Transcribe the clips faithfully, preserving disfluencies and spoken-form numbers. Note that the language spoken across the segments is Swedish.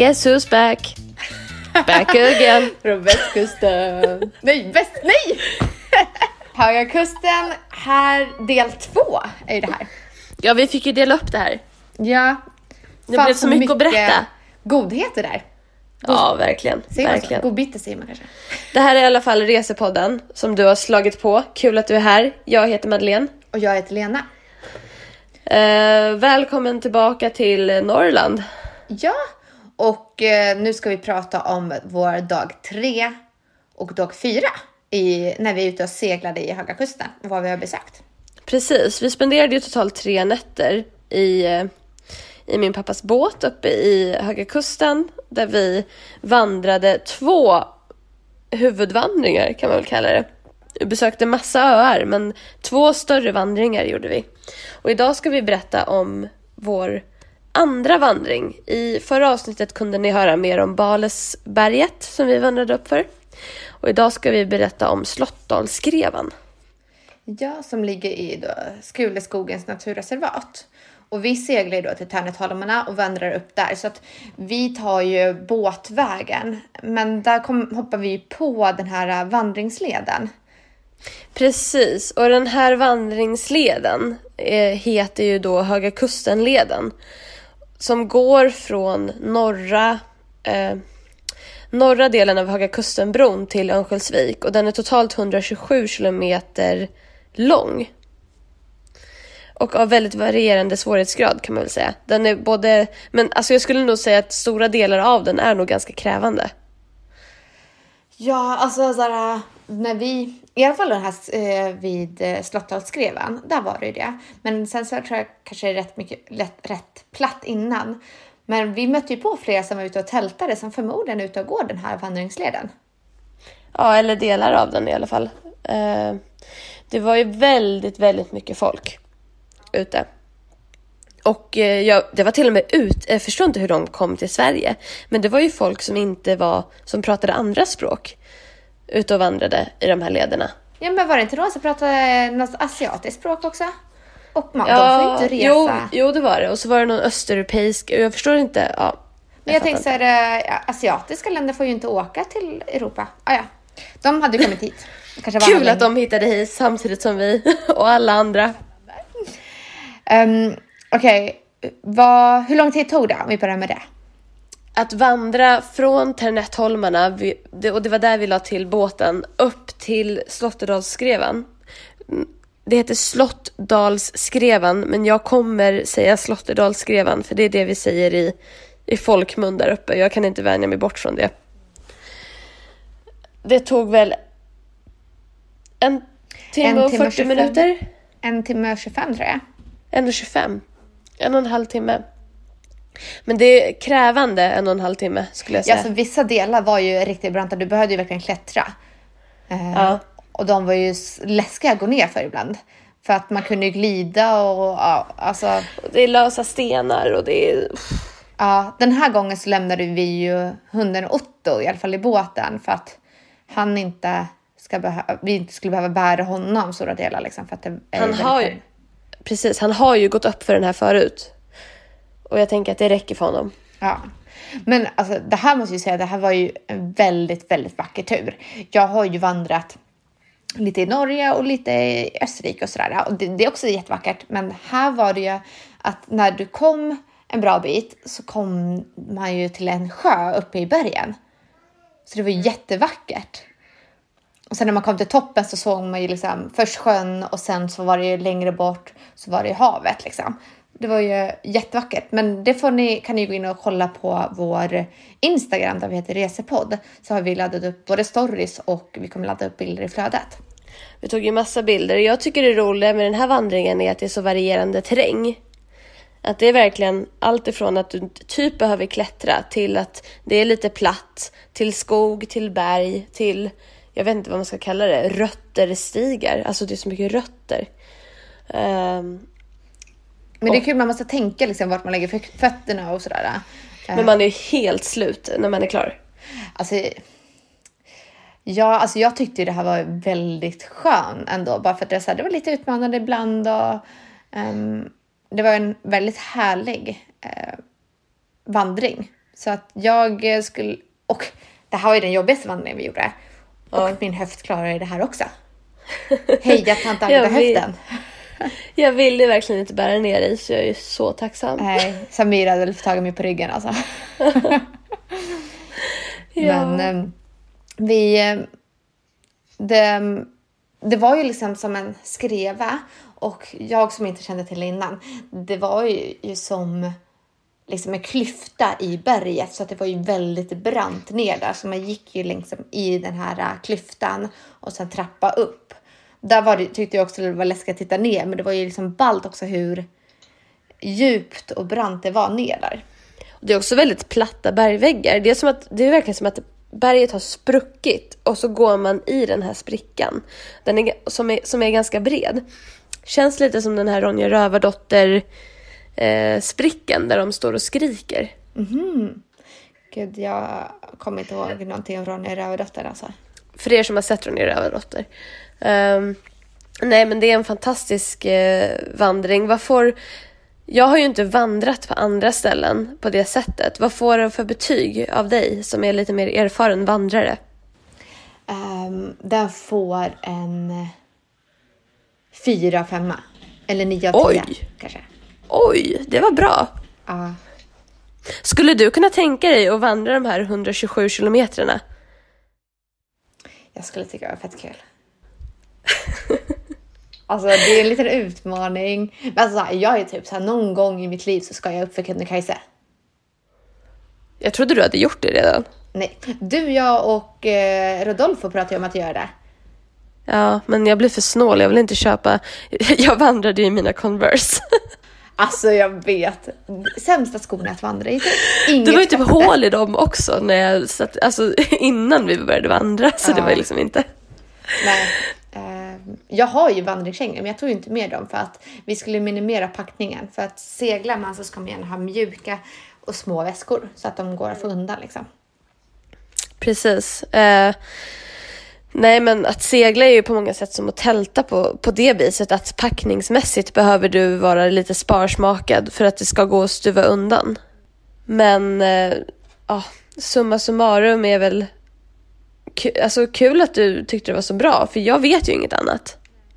Guess who's back? Back again. Från västkusten. Nej, väst, nej! Höga kusten, här del två är ju det här. Ja, vi fick ju dela upp det här. Ja. Det blev så mycket, mycket att berätta. Godheter där. God... Ja, verkligen. Säger man verkligen. så? Godbitter säger man kanske. Det här är i alla fall Resepodden som du har slagit på. Kul att du är här. Jag heter Madeleine. Och jag heter Lena. Uh, välkommen tillbaka till Norrland. Ja, och uh, nu ska vi prata om vår dag tre och dag fyra i, när vi är ute och seglade i Höga kusten och vad vi har besökt. Precis, vi spenderade ju totalt tre nätter i, i min pappas båt uppe i Höga kusten där vi vandrade två huvudvandringar kan man väl kalla det. Vi besökte massa öar men två större vandringar gjorde vi. Och idag ska vi berätta om vår andra vandring. I förra avsnittet kunde ni höra mer om Balesberget som vi vandrade upp för. Och idag ska vi berätta om Slåttdalsskrevan. Ja, som ligger i då Skuleskogens naturreservat. Och vi seglar då till Tärnetholmarna och vandrar upp där. Så att vi tar ju båtvägen. Men där kom, hoppar vi på den här vandringsleden. Precis, och den här vandringsleden eh, heter ju då Höga kustenleden. Som går från norra, eh, norra delen av Höga kustenbron till Örnsköldsvik. Och den är totalt hundratjugosju kilometer lång. Och av väldigt varierande svårighetsgrad kan man väl säga. Den är både, men alltså jag skulle nog säga att stora delar av den är nog ganska krävande. Ja, alltså såhär, när vi, i alla fall den här eh, vid eh, Slåttdalsskrevan, där var det ju det. Men sen så tror jag kanske det är rätt mycket, rätt, rätt platt innan. Men vi mötte ju på flera som var ute och tältade som förmodligen är ute och går den här vandringsleden. Ja, eller delar av den i alla fall. Eh, det var ju väldigt, väldigt mycket folk ute. Och eh, ja, det var till och med ut, jag förstår inte hur de kom till Sverige. Men det var ju folk som inte var, som pratade andra språk ute och vandrade i de här lederna. Ja, men var det inte då som pratade något asiatiskt språk också? Och man, ja, de får ju inte resa. Jo, jo, det var det. Och så var det någon östeuropeisk, jag förstår inte. Ja, men jag, jag tänkte så här, ja, asiatiska länder får ju inte åka till Europa. Ah, ja. De hade ju kommit hit. Kanske var kul att de hittade hit samtidigt som vi och alla andra. Um, Okej, okay. Hur lång tid tog det om vi börjar med det? Att vandra från Tärnetholmarna, och det var där vi la till båten, upp till Slåttdalsskrevan. Det heter Slåttdalsskrevan, men jag kommer säga Slåttdalsskrevan för det är det vi säger i, i folkmun där uppe. Jag kan inte vänja mig bort från det. Det tog väl en timme och fyrtio minuter? En timme och tjugofem tror jag. En och tjugofem. En och en halv timme. Men det är krävande en och en halv timme skulle jag säga. Ja, så vissa delar var ju riktigt branta. Du behövde ju verkligen klättra. Eh, ja. Och de var ju läskiga att gå ner för ibland. För att man kunde glida och ja, alltså... Det är lösa stenar och det är... Ja, den här gången så lämnade vi ju hunden Otto i alla fall i båten. För att han inte ska behöva... Vi inte skulle behöva bära honom stora delar liksom. För att det är han har ju... Precis, han har ju gått upp för den här förut. Och jag tänker att det räcker för honom. Ja, men alltså det här måste jag säga, det här var ju en väldigt, väldigt vacker tur. Jag har ju vandrat lite i Norge och lite i Österrike och sådär. Och det, det är också jättevackert. Men här var det ju att när du kom en bra bit så kom man ju till en sjö uppe i bergen. Så det var ju jättevackert. Och sen när man kom till toppen så såg man ju liksom först sjön och sen så var det ju längre bort så var det havet liksom. Det var ju jättevackert. Men det får ni, kan ni gå in och kolla på vår Instagram där vi heter Resepodd. Så har vi laddat upp både stories och vi kommer ladda upp bilder i flödet. Vi tog ju massa bilder. Jag tycker det roliga med den här vandringen är att det är så varierande terräng. Att det är verkligen allt ifrån att du typ behöver klättra till att det är lite platt. Till skog, till berg, till... Jag vet inte vad man ska kalla det. Rötterstigar. Alltså det är så mycket rötter. Um, men det är kul, man måste tänka liksom vart man lägger fötterna och sådär. Men man är ju helt slut när man är klar. Alltså, ja, alltså jag tyckte det här var väldigt skön ändå. Bara för att det, så här, det var lite utmanande ibland. Och, um, det var en väldigt härlig uh, vandring. Så att jag skulle... Och det här var ju den jobbigaste vandringen vi gjorde. Och ja. Min höft klarade det här också. Heja tant Agda höften. Jag ville verkligen inte bära ner dig, så jag är så tacksam. Nej, Samira hade fått tagit mig på ryggen alltså. Ja. Men eh, vi... Det, det var ju liksom som en skreva. Och jag som inte kände till det innan. Det var ju, ju som liksom en klyfta i berget. Så att det var ju väldigt brant ner där. Så man gick ju liksom i den här klyftan. Och sen trappa upp. Där var det, tyckte jag också det var läskigt att titta ner. Men det var ju liksom ballt också hur djupt och brant det var ner där. Det är också väldigt platta bergväggar. Det är, som att, det är verkligen som att berget har spruckit. Och så går man i den här sprickan. Den är, som, är, som är ganska bred. Känns lite som den här Ronja Rövardotter eh, sprickan där de står och skriker. Mhm. Gud, jag kommer inte ihåg någonting om Ronja Rövardotter alltså. För er som har sett Ronja Rövardotter. Um, nej, men det är en fantastisk eh, vandring. Vad får... Jag har ju inte vandrat på andra ställen på det sättet. Vad får du för betyg av dig som är lite mer erfaren vandrare? Um, den får en fyra, femma. Eller nio av tio kanske. Oj, det var bra. Ja. Uh. Skulle du kunna tänka dig att vandra de här hundratjugosju kilometrarna? Jag skulle tycka det var fett kul. Alltså det är en liten utmaning. Men alltså jag är typ så här, någon gång i mitt liv så ska jag upp för Kebnekaise. Jag trodde du hade gjort det redan. Nej, du, jag och eh, Rodolfo pratade om att göra det. Ja, men jag blir för snål. Jag vill inte köpa... Jag vandrade ju i mina Converse. Alltså jag vet. Sämsta skorna att vandra i. Inget det var ju typ fäste. Hål i dem också när jag satt, alltså, innan vi började vandra. Så ja. Det var liksom inte... Nej. Jag har ju vandringskängor, men jag tog ju inte med dem för att vi skulle minimera packningen. För att seglar man så ska man gärna ha mjuka och små väskor så att de går att få undan liksom. Precis. Eh, nej, men att segla är ju på många sätt som att tälta på, på det viset. Att packningsmässigt behöver du vara lite sparsmakad för att det ska gå att stuva undan. Men eh, ah, summa summarum är väl... Alltså kul att du tyckte det var så bra, för jag vet ju inget annat.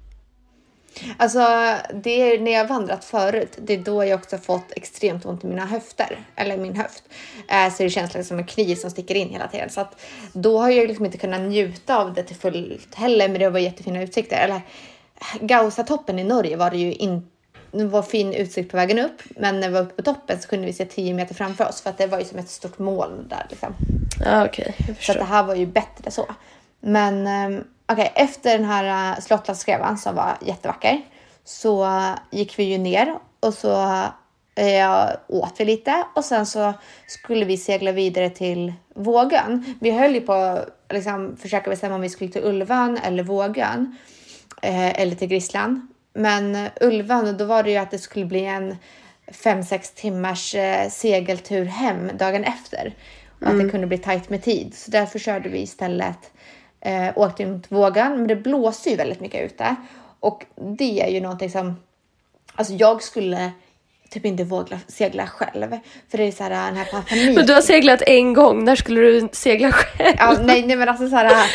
Alltså det är när jag vandrat förut, det är då jag också fått extremt ont i mina höfter, eller min höft. Så det känns liksom som en kniv som sticker in hela tiden. Så att då har jag liksom inte kunnat njuta av det till fullt heller, men det var jättefina utsikter. Eller Gausatoppen i Norge var det ju inte. Det var fin utsikt på vägen upp. Men när vi var uppe på toppen så kunde vi se tio meter framför oss. För att det var ju som ett stort moln där liksom. Ja, okej. Okay, så att det här var ju bättre så. Men okej, okay, efter den här Slottsskrevan som var jättevacker. Så gick vi ju ner. Och så eh, åt vi lite. Och sen så skulle vi segla vidare till Vågön. Vi höll ju på att liksom, försöka bestämma om vi skulle till Ulvön eller Vågön. Eh, eller till Grisslan. Men Ulvan, då var det ju att det skulle bli en fem sex timmars eh, segeltur hem dagen efter. Och mm. att det kunde bli tajt med tid. Så därför körde vi istället, eh, åkte mot Vågan. Men det blåste ju väldigt mycket ute. Och det är ju någonting som, alltså jag skulle typ inte våga segla själv. För det är så här, den här paniken. Men du har seglat en gång, när skulle du segla själv? Ja, nej, nej men alltså så här,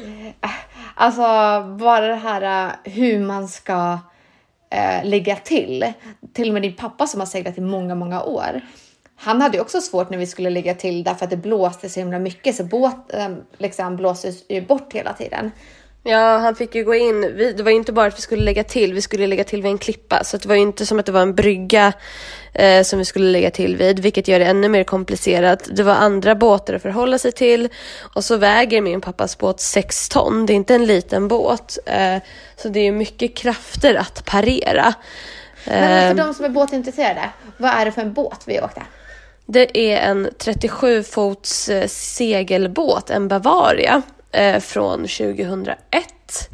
alltså bara det här hur man ska eh, lägga till. Till och med din pappa som har seglat i många, många år. Han hade ju också svårt när vi skulle lägga till därför att det blåste så himla mycket. Så båten liksom blåses ju bort hela tiden. Ja, han fick ju gå in. Vi, det var ju inte bara att vi skulle lägga till. Vi skulle lägga till vid en klippa. Så det var ju inte som att det var en brygga eh, som vi skulle lägga till vid. Vilket gör det ännu mer komplicerat. Det var andra båtar att förhålla sig till. Och så väger min pappas båt sex ton. Det är inte en liten båt. Eh, så det är mycket krafter att parera. Men för de som är båtintresserade, vad är det för en båt vi åkte? Det är en trettiosju fots eh, segelbåt, en Bavaria. Eh, från tjugohundraett.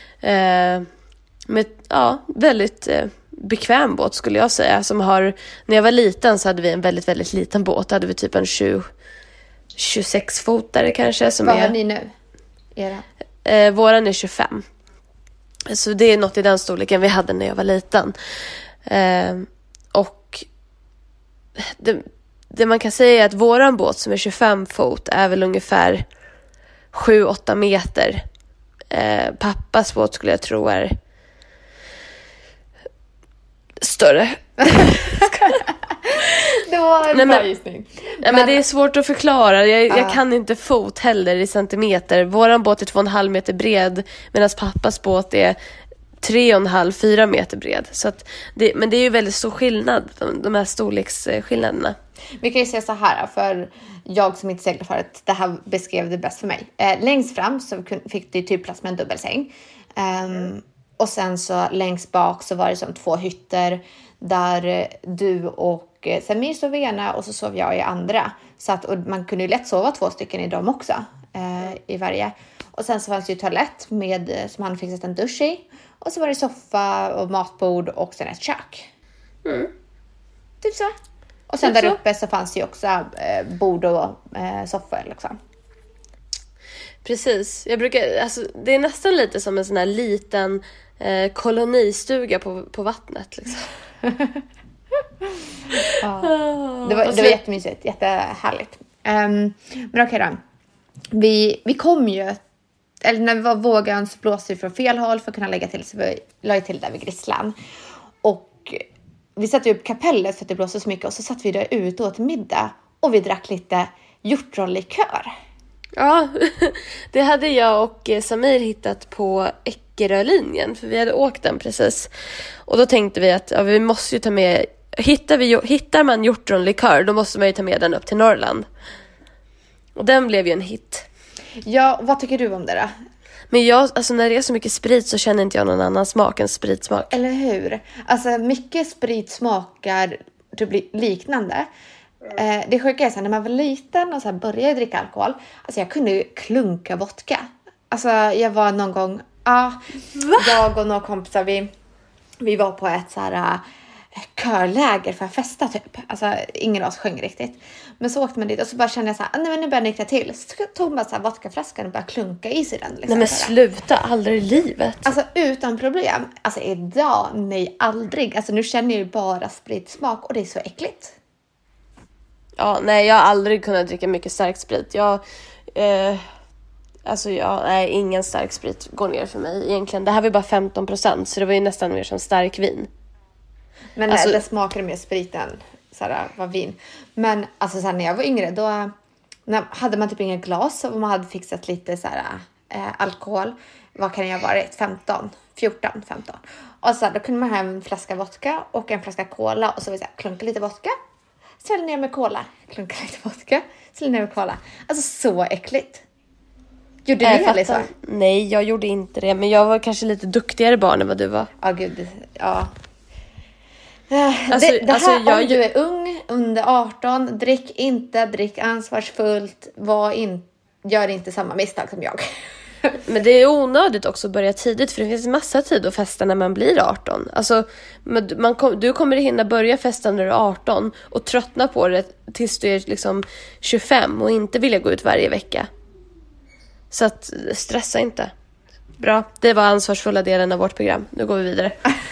Eh, med ja, väldigt eh, bekväm båt skulle jag säga. Som har, när jag var liten så hade vi en väldigt, väldigt liten båt. Då hade vi typ en tjugo, tjugosex fotare kanske. Som Vad är, har ni nu? Era? Eh, våran är tjugofem. Så det är något i den storleken vi hade när jag var liten. Eh, och det, det man kan säga är att våran båt som är tjugofem fot är väl ungefär sju åtta meter. Eh, pappas båt skulle jag tro är större. Det var en Nej, bra men, gissning. Nej, Men- men det är svårt att förklara. Jag, Ja. jag kan inte fot heller i centimeter. Våran båt är två och en halv meter bred medan pappas båt är tre och en halv, fyra meter bred. Så att det, men det är ju väldigt stor skillnad, de, de här storleksskillnaderna. Vi kan ju säga så här, för jag som inte seglar förut, det här beskrev det bäst för mig. Eh, längst fram så kun- fick du typ plats med en dubbelsäng. Um, och sen så längst bak så var det som två hytter där eh, du och eh, Samir sov i ena och så sov jag i andra. Så att, och man kunde ju lätt sova två stycken i dem också, eh, i varje. Och sen så fanns det ju toalett med, eh, som han fixat en dusch i. Och så var det soffa och matbord och sen ett kök. Mm. Typ så. Och sen Typ där så. uppe så fanns det ju också eh, bord och eh, soffa liksom. Precis. Jag brukar, alltså, det är nästan lite som en sån här liten eh, kolonistuga på, på vattnet. Liksom. Ja. Ah, Det var, fast det var jag- jättemysigt, jättehärligt. Um, men okej då. Vi, vi kom ju, eller när vi var vågen så blåste vi från fel håll för att kunna lägga till, så vi la ju till där vid Grisslan. Och vi satte upp kapellet för att det blåste så mycket och så satt vi där ute och åt middag och vi drack lite hjortronlikör. Ja, det hade jag och eh, Samir hittat på Eckerölinjen, för vi hade åkt den precis. Och då tänkte vi att ja, vi måste ju ta med, hittar, vi, hittar man hjortronlikör då måste man ju ta med den upp till Norrland. Och den blev ju en hit. Ja, vad tycker du om det då? Men jag, alltså när det är så mycket sprit så känner inte jag någon annan smak än spritsmak. Eller hur? Alltså mycket sprit smakar typ li- liknande. Eh, det sjuka är så här, när man var liten och så här började dricka alkohol. Alltså jag kunde ju klunka vodka. Alltså jag var någon gång, ja, jag och några kompisar, vi, vi var på ett så här äh, körläger för att festa typ. Alltså ingen av oss sjöng riktigt. Men så åkte man dit och så bara kände jag så här, nej men nu börjar jag nyktra till. Så tog man så här vodkaflaskan och började klunka i sig den. Liksom, Nej men så här. sluta, aldrig i livet. Alltså utan problem. Alltså idag, nej aldrig. Alltså nu känner jag ju bara spritsmak och det är så äckligt. Ja, nej jag har aldrig kunnat dricka mycket stark sprit. Jag, eh, alltså ja, nej ingen stark sprit går ner för mig egentligen. Det här var ju bara femton procent så det var ju nästan mer som stark vin. Men Alltså- det smakade mer sprit än såhär, var vin. Men alltså såhär, när jag var yngre då när, hade man typ inga glas och man hade fixat lite såhär, eh, alkohol. Vad kan det ha varit? femton, fjorton, femton. Och så här, då kunde man ha en flaska vodka och en flaska cola och så vill jag klunka lite vodka. Sväll ner med cola. Klunka lite vodka. Sväll ner med cola. Alltså så äckligt. Gjorde Jag ni aldrig så? fattar. Nej, jag gjorde inte det. Men jag var kanske lite duktigare barn än vad du var. Ja, gud. Ja. Eh, Alltså- det, det här, alltså, jag- om du är ung, under arton, drick inte, drick ansvarsfullt, var in, gör inte samma misstag som jag. Men det är onödigt också att börja tidigt. För det finns massa tid att festa när man blir arton. Alltså, men man kom, du kommer hinna börja festa när du är arton. Och tröttna på det tills du är liksom tjugofem. Och inte vilja gå ut varje vecka. Så att stressa inte. Bra, det var ansvarsfulla delen av vårt program. Nu går vi vidare.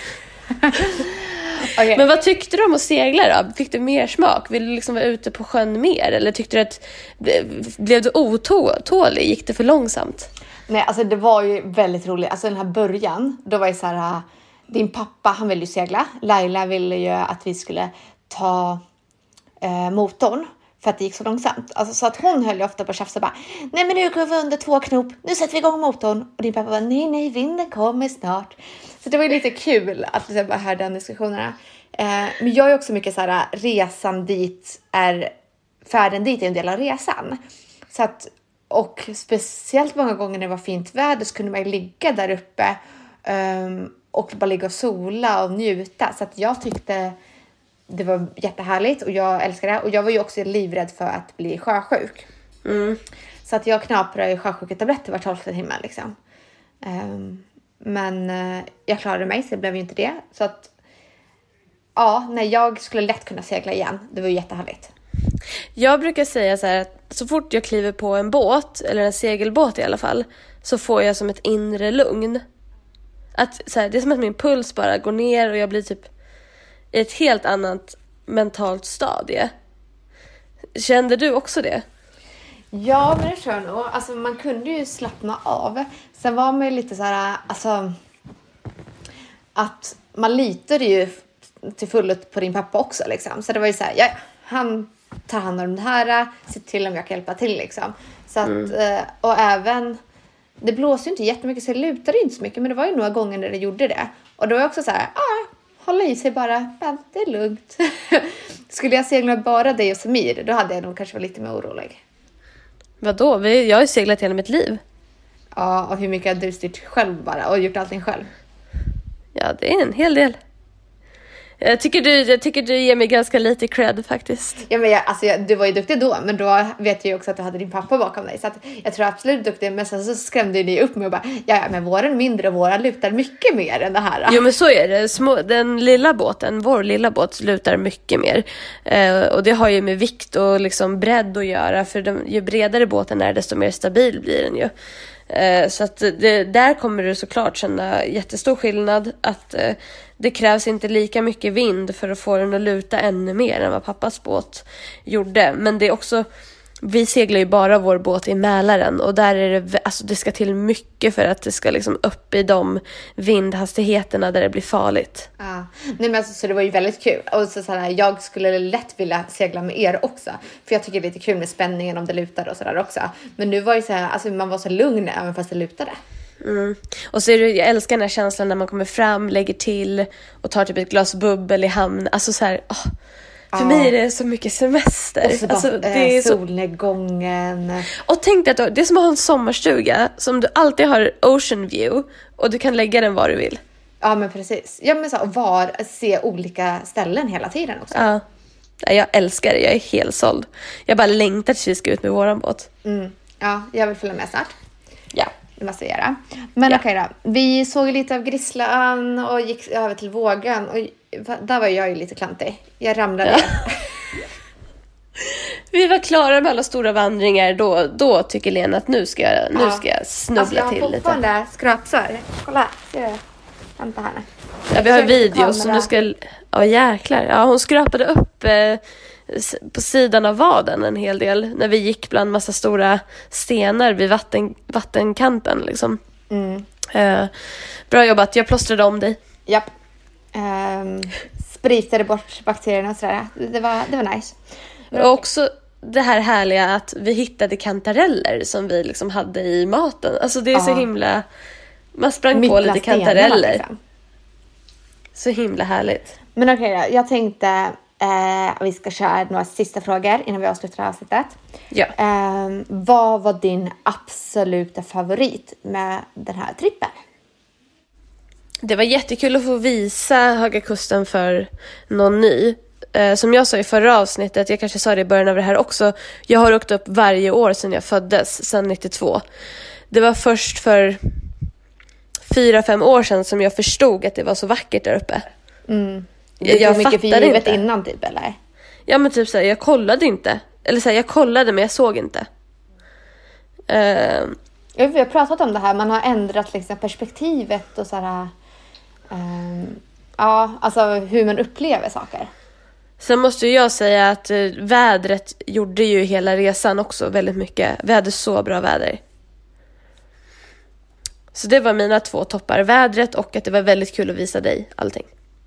Okej. Men vad tyckte du om att segla då? Fick du mer smak? Vill du liksom vara ute på sjön mer? Eller tyckte du att blev du otålig? Gick det för långsamt? Nej, alltså det var ju väldigt roligt. Alltså den här början, då var det så här, din pappa, han ville ju segla. Laila ville ju att vi skulle ta eh, motorn. För att det gick så långsamt. Alltså, så att hon höll ju ofta på att tjafsa bara. Nej men nu går vi under två knop. Nu sätter vi igång motorn. Och din pappa bara. Nej nej vinden kommer snart. Så det var ju lite kul att liksom bara höra den diskussionerna. Eh, men jag är också mycket så här. Resan dit är. Färden dit är en del av resan. Så att. Och speciellt många gånger när det var fint väder. Så kunde man ju ligga där uppe. Um, och bara ligga och sola och njuta. Så att jag tyckte. Det var jättehärligt och jag älskar det. Och jag var ju också livrädd för att bli sjösjuk. Mm. Så att jag knaprade i sjösjuketabletter var tolfte timme liksom. Um, men uh, jag klarade mig så det blev ju inte det. Så att ja, nej, jag skulle lätt kunna segla igen. Det var ju jättehärligt. Jag brukar säga så här att så fort jag kliver på en båt, eller en segelbåt i alla fall, så får jag som ett inre lugn. Att, så här, det är som att min puls bara går ner och jag blir typ i ett helt annat mentalt stadie. Kände du också det? Ja, men det tror jag nog. Alltså man kunde ju slappna av. Sen var man ju lite så här, alltså att man litade ju till fullt på din pappa också liksom. Så det var ju så här, ja, han tar hand om det här, ser till om jag kan hjälpa till liksom. Så att, mm. och även, det blåste ju inte jättemycket så det lutade inte så mycket, men det var ju några gånger när det gjorde det. Och då var jag också så här, ah, hålla i sig bara, men det är lugnt. Skulle jag segla bara dig och Samir, då hade jag nog kanske varit lite mer orolig. Vadå? Jag har ju seglat hela mitt liv. Ja, och hur mycket har du styrt själv bara och gjort allting själv? Ja, det är en hel del. Jag tycker du, jag tycker du ger mig ganska lite cred faktiskt. Ja, men jag, alltså jag, du var ju duktig då, men då vet jag ju också att du hade din pappa bakom dig. Så att jag tror absolut duktig, men sen så skrämde ni upp mig och bara, ja men våran mindre och våran lutar mycket mer än det här. Jo men så är det, Små, den lilla båten, vår lilla båt lutar mycket mer. Eh, och det har ju med vikt och liksom bredd att göra, för de, ju bredare båten är desto mer stabil blir den ju. Eh, så att det, där kommer du såklart känna jättestor skillnad, att eh, det krävs inte lika mycket vind för att få den att luta ännu mer än vad pappas båt gjorde. Men det är också, vi seglar ju bara vår båt i Mälaren och där är det, alltså det ska till mycket för att det ska liksom upp i de vindhastigheterna där det blir farligt. Ja, nej men alltså, så det var ju väldigt kul. Och så, så här, jag skulle lätt vilja segla med er också, för jag tycker det är lite kul med spänningen om det lutar och sådär också. Men nu var ju så här, alltså man var så lugn även fast det lutade. Mm. Och så är det, jag älskar den här känslan när man kommer fram, lägger till och tar typ ett glas bubbel i hamn. Alltså så här, åh, för ja. mig är det så mycket semester. Och så alltså, bara, det är solnedgången. Så... Och tänk dig att det är som att ha en sommarstuga som du alltid har ocean view och du kan lägga den var du vill. Ja men precis. Ja men så var se olika ställen hela tiden också. Ja. Jag älskar det, jag är helt såld. Jag bara längtar tills vi ska ut med våran båt. Mm. Ja, jag vill följa med snart. Ja. Det måste vi göra. Men ja. okej då. Vi såg lite av Grisslan och gick över till Vågan. Och där var jag ju lite klantig. Jag ramlade. Ja. Vi var klara med alla stora vandringar. Då, då tycker Lena att nu ska jag, nu ska jag snubbla alltså, jag till lite. Jag har fortfarande skrapsår. Kolla, ser du? Vänta här nu. Ja, vi har videos som du ska... Ja, jäklar. Ja, hon skrapade upp eh, på sidan av vaden en hel del när vi gick bland massa stora stenar vid vatten, vattenkanten liksom. Mm. Eh, bra jobbat, jag plåstrade om dig. Japp. Um, spritade bort bakterierna och sådär. Det var, det var nice. Och också det här härliga att vi hittade kantareller som vi liksom hade i maten. Alltså det är ja. så himla... Man sprang Mittla på lite kantareller. Liksom. Så himla härligt. Men okej okay, då, jag tänkte eh, vi ska köra några sista frågor innan vi avslutar avsnittet. Ja. Eh, vad var din absoluta favorit med den här trippen? Det var jättekul att få visa Höga Kusten för någon ny. Eh, som jag sa i förra avsnittet, jag kanske sa det i början av det här också. Jag har åkt upp varje år sedan jag föddes, sedan nittiotvå. Det var först för fyra, fem år sedan som jag förstod att det var så vackert där uppe. Mm. Du jag jag mycket för givet innan typ, eller? Ja, men typ så här, jag kollade inte. Eller så här, jag kollade men jag såg inte. Uh, vi har pratat om det här, man har ändrat liksom perspektivet och så här, um, ja, alltså hur man upplever saker. Sen måste jag säga att uh, vädret gjorde ju hela resan också väldigt mycket. Vi hade så bra väder. Så det var mina två toppar, vädret och att det var väldigt kul att visa dig allting.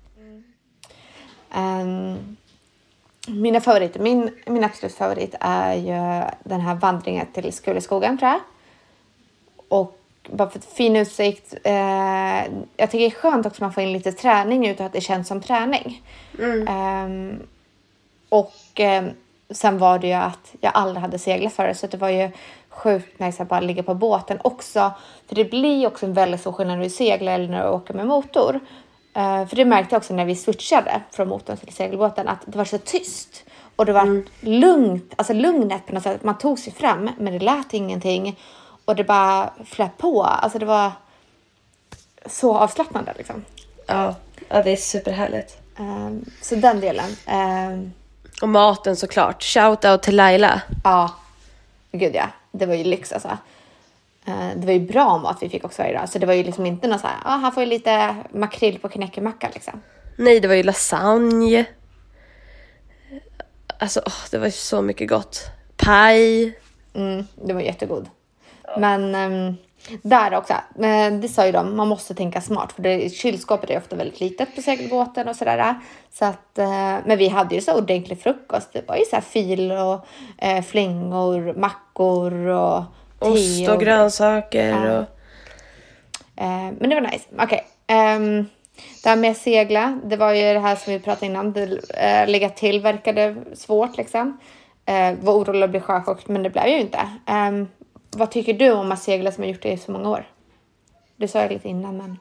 Um, mina favoriter, min, min absolut favorit är ju den här vandringen till Skuleskogen tror jag. Och bara för ett fin utsikt. Uh, jag tycker det är skönt också att man får in lite träning utan att det känns som träning. Mm. Um, och um, sen var det ju att jag aldrig hade seglat förut, så det var ju sjukt nice att bara ligga på båten också. För det blir också en väldigt stor skillnad när du seglar eller när du åker med motor. Uh, för det märkte jag också när vi switchade från motorn till segelbåten, att det var så tyst. Och det var mm. lugnt, alltså lugnet på något sätt. Man tog sig fram men det lät ingenting. Och det bara flöt på. Alltså det var så avslappnande liksom. Ja, ja det är superhärligt. Um, så den delen. Um, Och maten såklart. Shout out till Laila. Ja, gud ja. Det var ju lyx alltså. Det var ju bra mat vi fick också varje dag. Så det var ju liksom inte någon så här, ja, han får ju lite makrill på knäckemacka liksom. Nej, det var ju lasagne. alltså åh, det var ju så mycket gott. Paj. Mm, det var jättegod. Ja. Men um, där också, men det sa ju de, man måste tänka smart. För det, kylskåpet är ofta väldigt litet på segelbåten och sådär. Så att, uh, men vi hade ju så ordentlig frukost. Det var ju så här fil och uh, flingor, mackor och te. Ost och, och grönsaker. Uh, och... Uh, men det var nice. Okej. Okay. Um, det här med segla, det var ju det här som vi pratade innan. Det, uh, lägga till verkade svårt liksom. Uh, var orolig att bli sjösjuk, men det blev ju inte. Um, vad tycker du om att segla som har gjort det i så många år? Du sa det lite innan, men...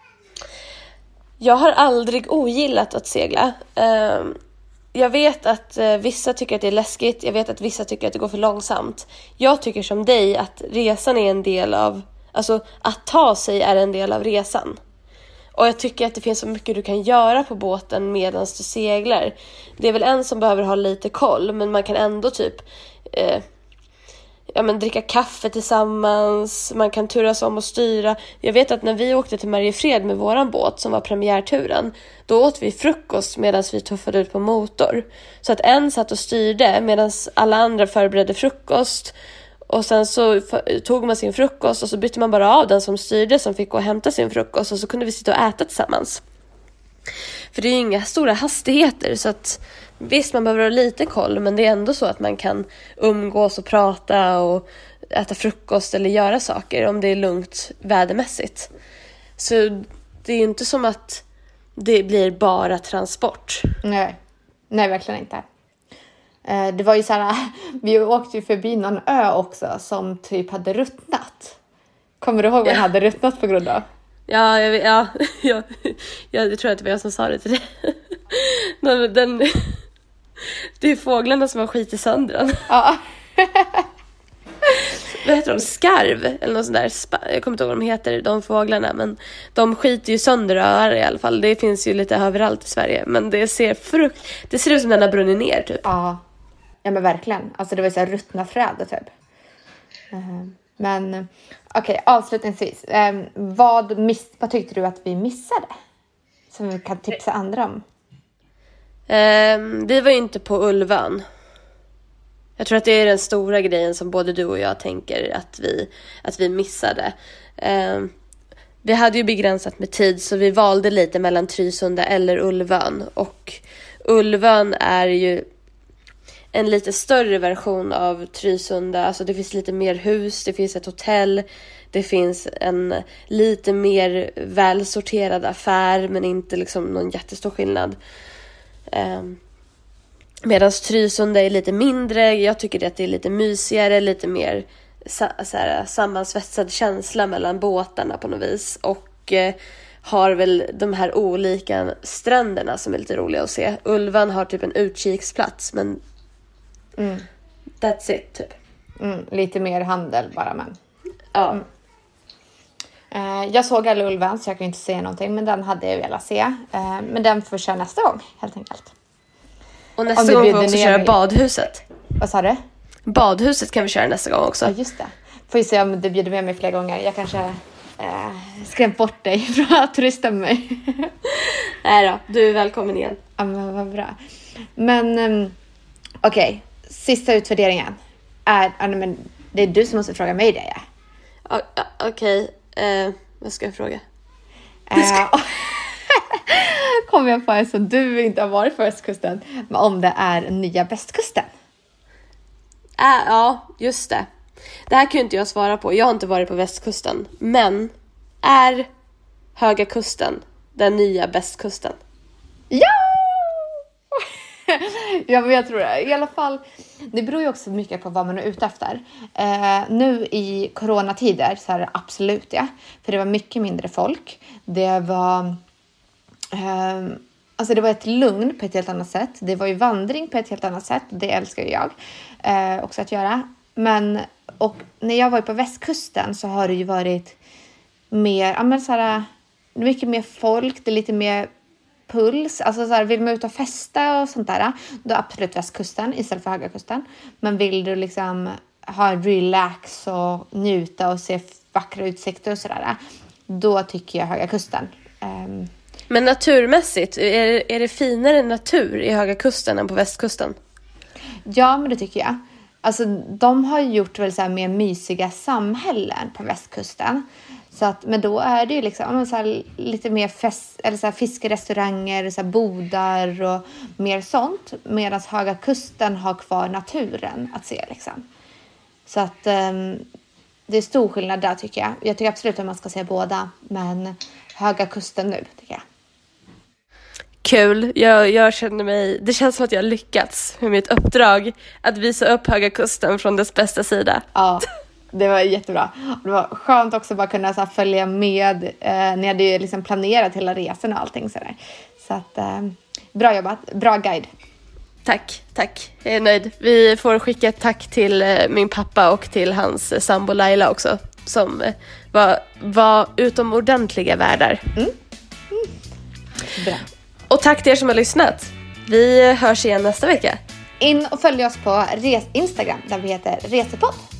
Jag har aldrig ogillat att segla. Uh, jag vet att uh, vissa tycker att det är läskigt. Jag vet att vissa tycker att det går för långsamt. Jag tycker som dig att resan är en del av... Alltså att ta sig är en del av resan. Och jag tycker att det finns så mycket du kan göra på båten medan du seglar. Det är väl en som behöver ha lite koll. Men man kan ändå typ eh, ja, men dricka kaffe tillsammans. Man kan turas om och styra. Jag vet att när vi åkte till Mariefred med våran båt som var premiärturen. Då åt vi frukost medan vi tuffade ut på motor. Så att en satt och styrde medan alla andra förberedde frukost. Och sen så tog man sin frukost och så bytte man bara av den som styrde som fick gå och hämta sin frukost. Och så kunde vi sitta och äta tillsammans. För det är ju inga stora hastigheter så att visst man behöver ha lite koll. Men det är ändå så att man kan umgås och prata och äta frukost eller göra saker om det är lugnt vädermässigt. Så det är ju inte som att det blir bara transport. Nej, Nej verkligen inte. Det var ju så här, vi åkte ju förbi någon ö också som typ hade ruttnat. Kommer du ihåg vad den hade ruttnat på grund av? Ja, jag, ja, ja, jag tror att det var jag som sa det till dig. Den, den, det är fåglarna som har skitit sönder den. Ja. Vad heter de? Skarv eller något sånt där. Jag kommer inte ihåg vad de heter, de fåglarna. Men de skiter ju sönder öar i alla fall. Det finns ju lite överallt i Sverige. Men det ser frukt, det ser ut som den har brunnit ner typ. Ja. Ja men verkligen. Alltså det var så här ruttna träd typ. Uh, men okej, okay, avslutningsvis. Um, vad, miss, vad tyckte du att vi missade? Som vi kan tipsa andra om. Um, vi var ju inte på Ulvön. Jag tror att det är den stora grejen som både du och jag tänker att vi, att vi missade. Um, vi hade ju begränsat med tid så vi valde lite mellan Trysunda eller Ulvön. Och Ulvön är ju en lite större version av Trysunda. Alltså det finns lite mer hus, det finns ett hotell. Det finns en lite mer välsorterad affär men inte liksom någon jättestor skillnad. Um, Medan Trysunda är lite mindre. Jag tycker att det är lite mysigare, lite mer sa- så här, sammansvetsad känsla mellan båtarna på något vis. Och eh, har väl de här olika stränderna som är lite roliga att se. Ulvan har typ en utkiksplats men mm. that's it typ. Mm, lite mer handel bara men. Ja. Mm. Uh, jag såg alla Ulvan så jag kan inte se någonting men den hade jag velat se. Uh, men den får köra nästa gång helt enkelt. Och nästa gång får vi också köra mig. badhuset. Vad sa du? Badhuset kan vi köra nästa gång också. Ja just det. Får vi se om du bjuder med mig flera gånger. Jag kanske uh, skrämt bort dig från att turista med mig. Nej då, du är välkommen igen. Ja men vad bra. Men um, okej. Okay. Sista utvärderingen. Är, uh, men det är du som måste fråga mig det. Ja. Uh, uh, Okej. Okay. Uh, vad ska jag fråga? Uh, Kommer jag på en som du inte har varit på västkusten. Men om det är nya västkusten. Äh, ja, just det. Det här kan ju inte jag svara på. Jag har inte varit på västkusten. Men är Höga kusten den nya västkusten? Ja! Ja, men jag tror det. I alla fall, det beror ju också mycket på vad man är ute efter. Eh, nu i coronatider så är det absolut ja. För det var mycket mindre folk. Det var... Eh, alltså det var ett lugn på ett helt annat sätt. Det var ju vandring på ett helt annat sätt. Det älskar ju jag eh, också att göra. Men, och när jag var på västkusten så har det ju varit mer, ja men så här, mycket mer folk. Det är lite mer puls. Alltså så här, vill man ut och festa och sånt där, då absolut västkusten istället för Höga kusten. Men vill du liksom ha relax och njuta och se vackra utsikter och sådär, då tycker jag Höga kusten. Um, Men naturmässigt, är, är det finare natur i Höga kusten än på västkusten? Ja, men det tycker jag. Alltså, de har gjort väl så här mer mysiga samhällen på västkusten. Så att, men då är det ju liksom så här, lite mer fest, eller så här, fiskerestauranger, så här, bodar och mer sånt. Medan Höga Kusten har kvar naturen att se liksom. Så att um, det är stor skillnad där tycker jag. Jag tycker absolut att man ska se båda. Men Höga Kusten nu tycker jag. Kul. Jag, jag känner mig... Det känns som att jag har lyckats med mitt uppdrag att visa upp Höga Kusten från dess bästa sida. Ja, det var jättebra. Det var skönt också att bara kunna så här, följa med. Eh, ni hade ju liksom planerat hela resan och allting sådär. Så att, eh, bra jobbat. Bra guide. Tack, tack. Jag är nöjd. Vi får skicka ett tack till eh, min pappa och till hans sambo Laila också. Som eh, var, var utomordentliga värdar. Mm. Mm. Bra. Och tack till er som har lyssnat. Vi hörs igen nästa vecka. In och följ oss på res- Instagram där vi heter Resepodd.